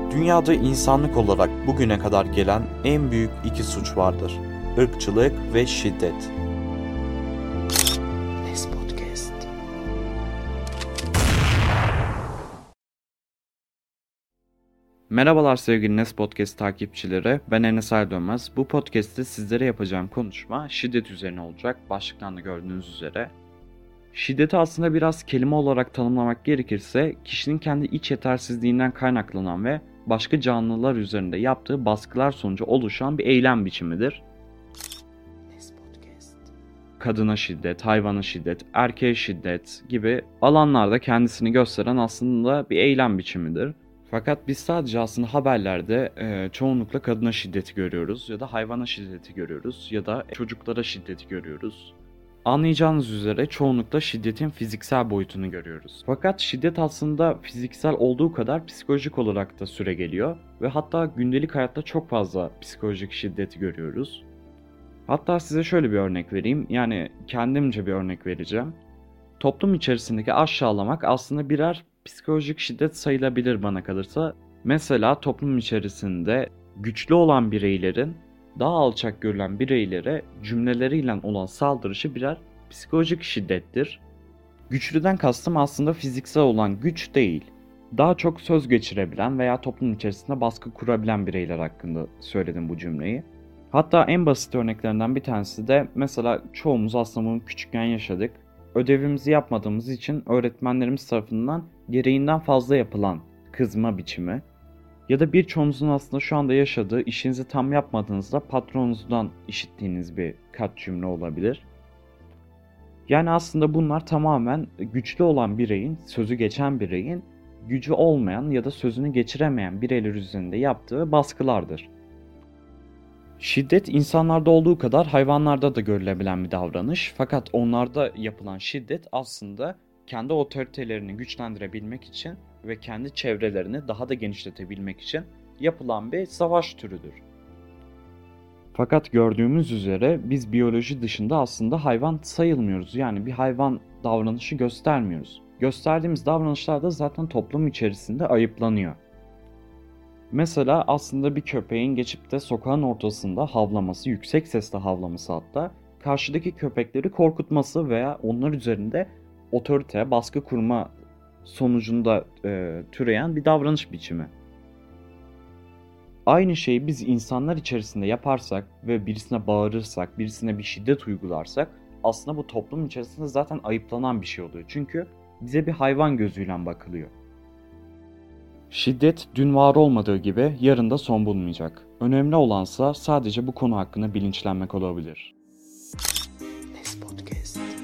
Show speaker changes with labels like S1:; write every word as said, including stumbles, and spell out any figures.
S1: Dünyada insanlık olarak bugüne kadar gelen en büyük iki suç vardır: ırkçılık ve şiddet. Nes Podcast. Merhabalar sevgili Nes Podcast takipçileri, ben Enes Erdönmez. Bu podcast'te sizlere yapacağım konuşma şiddet üzerine olacak, başlıktan da gördüğünüz üzere. Şiddeti aslında biraz kelime olarak tanımlamak gerekirse, kişinin kendi iç yetersizliğinden kaynaklanan ve başka canlılar üzerinde yaptığı baskılar sonucu oluşan bir eylem biçimidir. Kadına şiddet, hayvana şiddet, erkeğe şiddet gibi alanlarda kendisini gösteren aslında bir eylem biçimidir. Fakat biz sadece aslında haberlerde e, çoğunlukla kadına şiddeti görüyoruz ya da hayvana şiddeti görüyoruz ya da çocuklara şiddeti görüyoruz. Anlayacağınız üzere çoğunlukla şiddetin fiziksel boyutunu görüyoruz. Fakat şiddet aslında fiziksel olduğu kadar psikolojik olarak da süregeliyor ve hatta gündelik hayatta çok fazla psikolojik şiddeti görüyoruz. Hatta size şöyle bir örnek vereyim, yani kendimce bir örnek vereceğim. Toplum içerisindeki aşağılamak aslında birer psikolojik şiddet sayılabilir bana kalırsa. Mesela toplum içerisinde güçlü olan bireylerin daha alçak görülen bireylere cümleleriyle olan saldırışı birer psikolojik şiddettir. Güçlüden kastım aslında fiziksel olan güç değil. Daha çok söz geçirebilen veya toplum içerisinde baskı kurabilen bireyler hakkında söyledim bu cümleyi. Hatta en basit örneklerinden bir tanesi de mesela çoğumuz aslında bunu küçükken yaşadık. Ödevimizi yapmadığımız için öğretmenlerimiz tarafından gereğinden fazla yapılan kızma biçimi. Ya da birçoğunuzun aslında şu anda yaşadığı işinizi tam yapmadığınızda patronunuzdan işittiğiniz bir kaç cümle olabilir. Yani aslında bunlar tamamen güçlü olan bireyin, sözü geçen bireyin gücü olmayan ya da sözünü geçiremeyen bireyler üzerinde yaptığı baskılardır. Şiddet insanlarda olduğu kadar hayvanlarda da görülebilen bir davranış. Fakat onlarda yapılan şiddet aslında kendi otoritelerini güçlendirebilmek için ve kendi çevrelerini daha da genişletebilmek için yapılan bir savaş türüdür. Fakat gördüğümüz üzere biz biyoloji dışında aslında hayvan sayılmıyoruz. Yani bir hayvan davranışı göstermiyoruz. Gösterdiğimiz davranışlar da zaten toplum içerisinde ayıplanıyor. Mesela aslında bir köpeğin geçip de sokağın ortasında havlaması, yüksek sesle havlaması hatta, karşıdaki köpekleri korkutması veya onlar üzerinde otorite, baskı kurma sonucunda e, türeyen bir davranış biçimi. Aynı şeyi biz insanlar içerisinde yaparsak ve birisine bağırırsak, birisine bir şiddet uygularsak aslında bu toplum içerisinde zaten ayıplanan bir şey oluyor. Çünkü bize bir hayvan gözüyle bakılıyor. Şiddet dün var olmadığı gibi yarın da son bulmayacak. Önemli olansa sadece bu konu hakkında bilinçlenmek olabilir. Nes Podcast.